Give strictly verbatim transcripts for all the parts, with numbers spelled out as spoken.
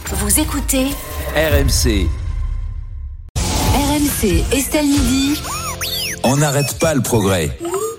Vous écoutez R M C. R M C, Estelle Midi. On n'arrête pas le progrès.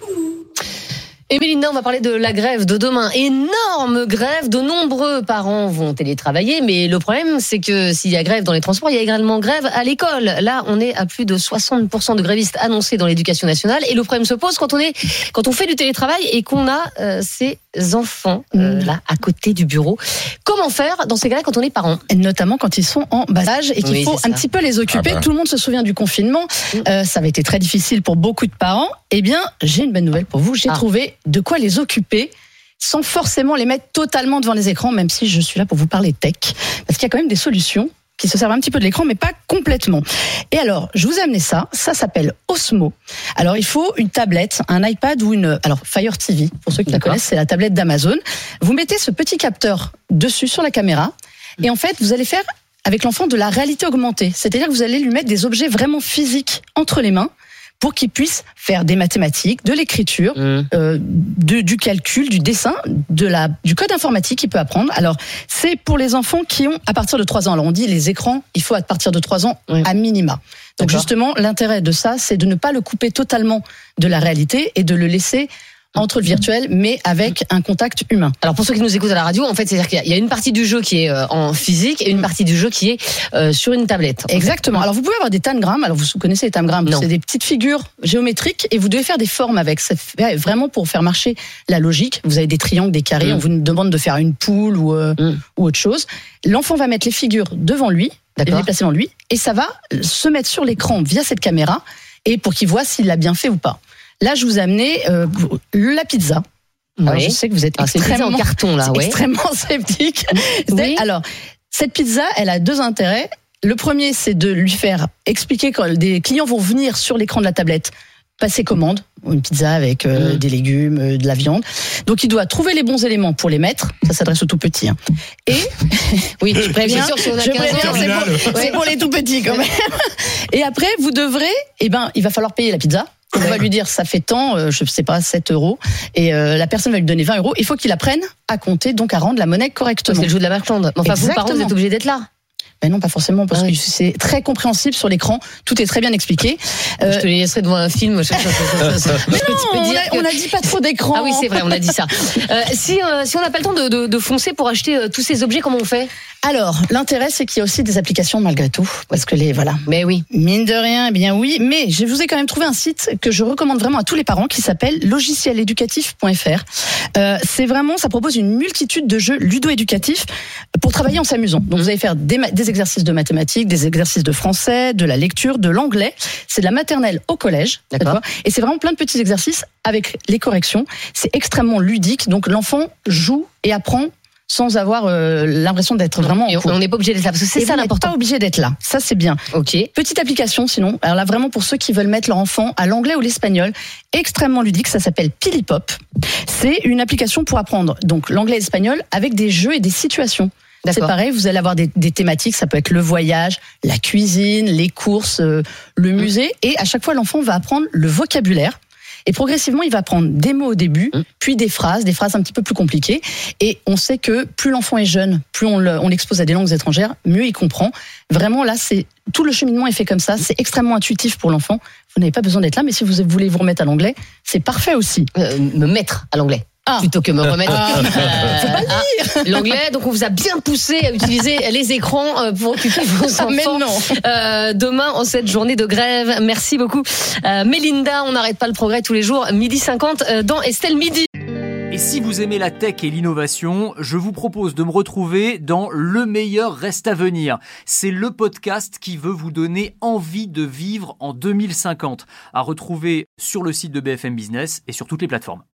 Et Mélinda, on va parler de la grève de demain. Énorme grève, de nombreux parents vont télétravailler, mais le problème, c'est que s'il y a grève dans les transports, il y a également grève à l'école. Là, on est à plus de soixante pour cent de grévistes annoncés dans l'éducation nationale, et le problème se pose quand on est, quand on fait du télétravail et qu'on a euh, ses enfants euh, là à côté du bureau. Comment faire dans ces cas-là quand on est parent ? Et notamment quand ils sont en bas âge et qu'il Oui, faut c'est un ça. petit peu les occuper. Ah bah. Tout le monde se souvient du confinement. Mm. Euh, ça avait été très difficile pour beaucoup de parents. Eh bien, j'ai une bonne nouvelle pour vous. J'ai Ah. trouvé de quoi les occuper sans forcément les mettre totalement devant les écrans, même si je suis là pour vous parler tech. Parce qu'il y a quand même des solutions qui se servent un petit peu de l'écran, mais pas complètement. Et alors, je vous ai amené ça. Ça s'appelle Osmo. Alors, il faut une tablette, un iPad ou une... Alors, Fire T V, pour ceux qui la D'accord. connaissent, c'est la tablette d'Amazon. Vous mettez ce petit capteur dessus sur la caméra. Et en fait, vous allez faire avec l'enfant de la réalité augmentée. C'est-à-dire que vous allez lui mettre des objets vraiment physiques entre les mains pour qu'il puisse faire des mathématiques, de l'écriture, Mmh. euh, de, du calcul, du dessin, de la, du code informatique qu'il peut apprendre. Alors, c'est pour les enfants qui ont à partir de trois ans. Alors, on dit les écrans, il faut à partir de trois ans Oui. à minima. Donc, D'accord. justement, l'intérêt de ça, c'est de ne pas le couper totalement de la réalité et de le laisser entre le virtuel, mais avec un contact humain. Alors pour ceux qui nous écoutent à la radio, en fait, c'est-à-dire qu'il y a une partie du jeu qui est euh, en physique et une partie du jeu qui est euh, sur une tablette. Exactement. Alors vous pouvez avoir des tangrammes. Alors vous connaissez les tangrammes, Non. c'est des petites figures géométriques et vous devez faire des formes avec. C'est fait vraiment pour faire marcher la logique. Vous avez des triangles, des carrés. Mm. On vous demande de faire une poule ou euh, Mm. ou autre chose. L'enfant va mettre les figures devant lui, les D'accord. déplacer devant lui, et ça va se mettre sur l'écran via cette caméra et pour qu'il voit s'il l'a bien fait ou pas. Là, je vous ai amené euh, la pizza. Alors, Oui. je sais que vous êtes Ah, c'est une pizza extrêmement en carton là, c'est ouais. extrêmement sceptique. Oui. Alors, cette pizza, elle a deux intérêts. Le premier, c'est de lui faire expliquer quand des clients vont venir sur l'écran de la tablette passer commande, une pizza avec euh, Mm. des légumes, euh, de la viande. Donc, il doit trouver les bons éléments pour les mettre. Ça s'adresse aux tout petits. Hein. Et Oui, je préviens. Bien sûr, si on a je quinze préviens, ans, c'est pour, c'est pour les tout petits quand même. Et après, vous devrez, eh ben, il va falloir payer la pizza. On va lui dire, ça fait tant, euh, je sais pas, sept euros. Et euh, la personne va lui donner vingt euros. Il faut qu'il apprenne à compter, donc à rendre la monnaie correctement. c'est le jeu de la marchande. Enfin, vous, parents, vous Exactement. êtes obligés d'être là. Ben non, pas forcément, parce Ah oui. que c'est très compréhensible sur l'écran. Tout est très bien expliqué. Euh, Je te les laisserai devant un film. Je, je- je- je- je- mais je peux non, te on dire a, que- on a dit pas trop d'écran. Ah oui, c'est vrai, on a dit ça. Euh, si, euh, si on n'a pas le temps de, de, de foncer pour acheter euh, tous ces objets, comment on fait ? Alors, l'intérêt, c'est qu'il y a aussi des applications malgré tout. Parce que les, voilà. Mais oui. Mine de rien, eh bien oui, mais je vous ai quand même trouvé un site que je recommande vraiment à tous les parents qui s'appelle logiciel éducatif point f r. Euh, c'est vraiment, ça propose une multitude de jeux ludo-éducatifs pour travailler en s'amusant. Donc vous allez faire des, ma- des exercices de mathématiques, des exercices de français, de la lecture, de l'anglais. C'est de la maternelle au collège. D'accord. cette fois. Et c'est vraiment plein de petits exercices avec les corrections. C'est extrêmement ludique, donc l'enfant joue et apprend sans avoir euh, l'impression d'être vraiment Et en on cours. on n'est pas obligé d'être là, parce que c'est Et ça vous n'êtes l'important. pas obligé d'être là. Ça, c'est bien. Ok. Petite application sinon, alors là vraiment pour ceux qui veulent mettre leur enfant à l'anglais ou l'espagnol, extrêmement ludique, ça s'appelle Pilipop. C'est une application pour apprendre donc l'anglais et l'espagnol avec des jeux et des situations. C'est D'accord. pareil, vous allez avoir des, des thématiques, ça peut être le voyage, la cuisine, les courses, euh, le musée, et à chaque fois l'enfant va apprendre le vocabulaire. Et progressivement, il va apprendre des mots au début, Mmh. puis des phrases, des phrases un petit peu plus compliquées. Et on sait que plus l'enfant est jeune, plus on le- on l'expose à des langues étrangères, mieux il comprend. Vraiment, là, c'est tout le cheminement est fait comme ça. C'est extrêmement intuitif pour l'enfant. Vous n'avez pas besoin d'être là, mais si vous voulez vous remettre à l'anglais, c'est parfait aussi. Euh, me mettre à l'anglais. Ah. Plutôt que me remettre. Ah. Euh, Faut pas le ah, l'anglais, donc on vous a bien poussé à utiliser les écrans euh, pour occuper vos enfants. Mais non. Euh, demain, en cette journée de grève. Merci beaucoup. Euh, Mélinda, on n'arrête pas le progrès tous les jours. midi cinquante euh, dans Estelle Midi. Et si vous aimez la tech et l'innovation, je vous propose de me retrouver dans Le meilleur reste à venir. C'est le podcast qui veut vous donner envie de vivre en deux mille cinquante. À retrouver sur le site de B F M Business et sur toutes les plateformes.